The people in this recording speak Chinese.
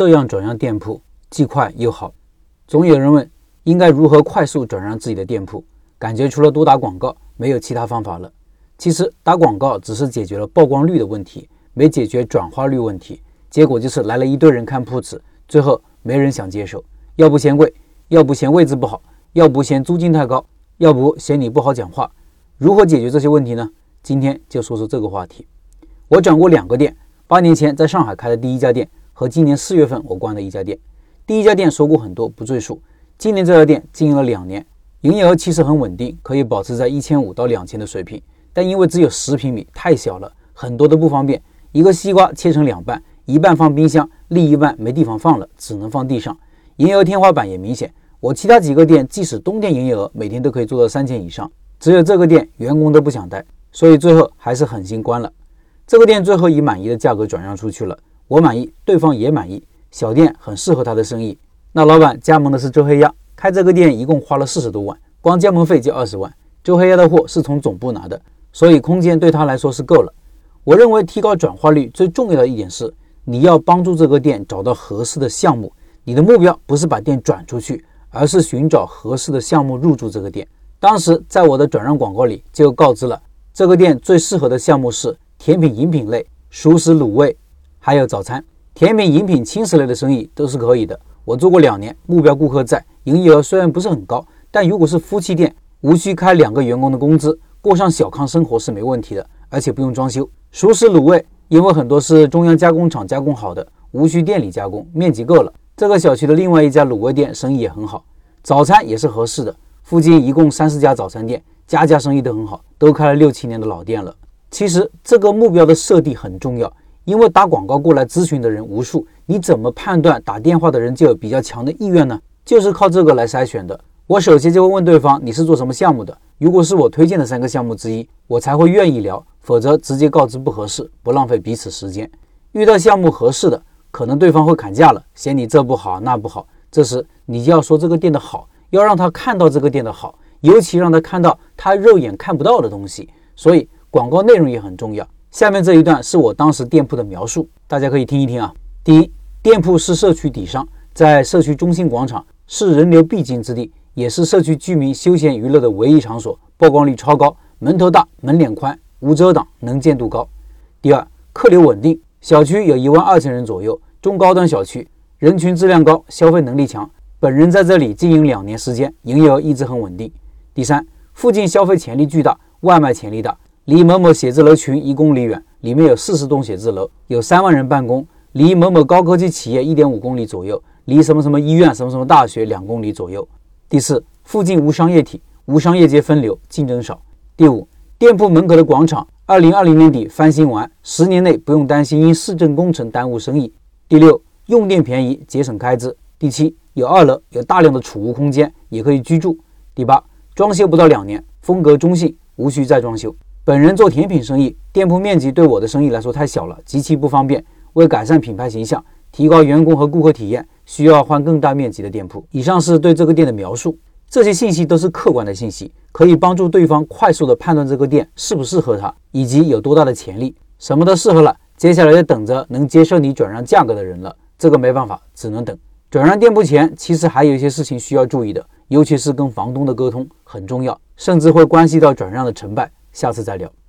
这样转让店铺既快又好。总有人问，应该如何快速转让自己的店铺？感觉除了多打广告，没有其他方法了。其实打广告只是解决了曝光率的问题，没解决转化率问题。结果就是来了一堆人看铺子，最后没人想接手，要不嫌贵，要不嫌位置不好，要不嫌租金太高，要不嫌你不好讲话。如何解决这些问题呢？今天就说说这个话题。我转过2个店，8年前在上海开的第一家店和今年4月份我关的一家店。第一家店说过很多，不赘述。今年这家店经营了2年，营业额其实很稳定，可以保持在1500到2000的水平，但因为只有10平米，太小了，很多都不方便。一个西瓜切成2半，一半放冰箱，另一半没地方放了，只能放地上。营业额天花板也明显，我其他几个店即使冬天营业额每天都可以做到3000以上，只有这个店员工都不想待，所以最后还是狠心关了。这个店最后以满意的价格转让出去了，我满意，对方也满意，小店很适合他的生意。那老板加盟的是周黑鸭，开这个店一共花了40多万，光加盟费就20万。周黑鸭的货是从总部拿的，所以空间对他来说是够了。我认为提高转化率最重要的一点是，你要帮助这个店找到合适的项目。你的目标不是把店转出去，而是寻找合适的项目入驻这个店。当时在我的转让广告里就告知了，这个店最适合的项目是甜品饮品类、熟食卤味，还有早餐。甜品饮品轻食类的生意都是可以的，我做过2年，目标顾客在，营业额虽然不是很高，但如果是夫妻店，无需开2个员工的工资，过上小康生活是没问题的，而且不用装修。熟食卤味因为很多是中央加工厂加工好的，无需店里加工，面积够了。这个小区的另外一家卤味店生意也很好。早餐也是合适的，附近一共30家早餐店，家家生意都很好，都开了6-7年的老店了。其实这个目标的设定很重要，因为打广告过来咨询的人无数，你怎么判断打电话的人就有比较强的意愿呢？就是靠这个来筛选的。我首先就会问对方，你是做什么项目的？如果是我推荐的3个项目之一，我才会愿意聊，否则直接告知不合适，不浪费彼此时间。遇到项目合适的，可能对方会砍价了，嫌你这不好那不好，这时你就要说这个店的好，要让他看到这个店的好，尤其让他看到他肉眼看不到的东西，所以广告内容也很重要。下面这一段是我当时店铺的描述，大家可以听一听啊。第一，店铺是社区底商，在社区中心广场，是人流必经之地，也是社区居民休闲娱乐的唯一场所，曝光率超高，门头大，门脸宽，无遮挡，能见度高。第二，客流稳定，小区有12000人左右，中高端小区，人群质量高，消费能力强。本人在这里经营2年时间，营业额一直很稳定。第三，附近消费潜力巨大，外卖潜力大，离某某写字楼群1公里远，里面有40栋写字楼，有3万人办公，离某某高科技企业1.5公里左右，离什么什么医院什么什么大学2公里左右。第四，附近无商业体，无商业街分流，竞争少。第五，店铺门口的广场2020年底翻新完，10年内不用担心因市政工程耽误生意。第六，用电便宜，节省开支。第七，有2楼，有大量的储物空间，也可以居住。第八，装修不到2年，风格中性，无需再装修。本人做甜品生意，店铺面积对我的生意来说太小了，极其不方便。为改善品牌形象，提高员工和顾客体验，需要换更大面积的店铺。以上是对这个店的描述，这些信息都是客观的信息，可以帮助对方快速的判断这个店适不适合他，以及有多大的潜力。什么都适合了，接下来就等着能接受你转让价格的人了。这个没办法，只能等。转让店铺前，其实还有一些事情需要注意的，尤其是跟房东的沟通很重要，甚至会关系到转让的成败。下次再聊。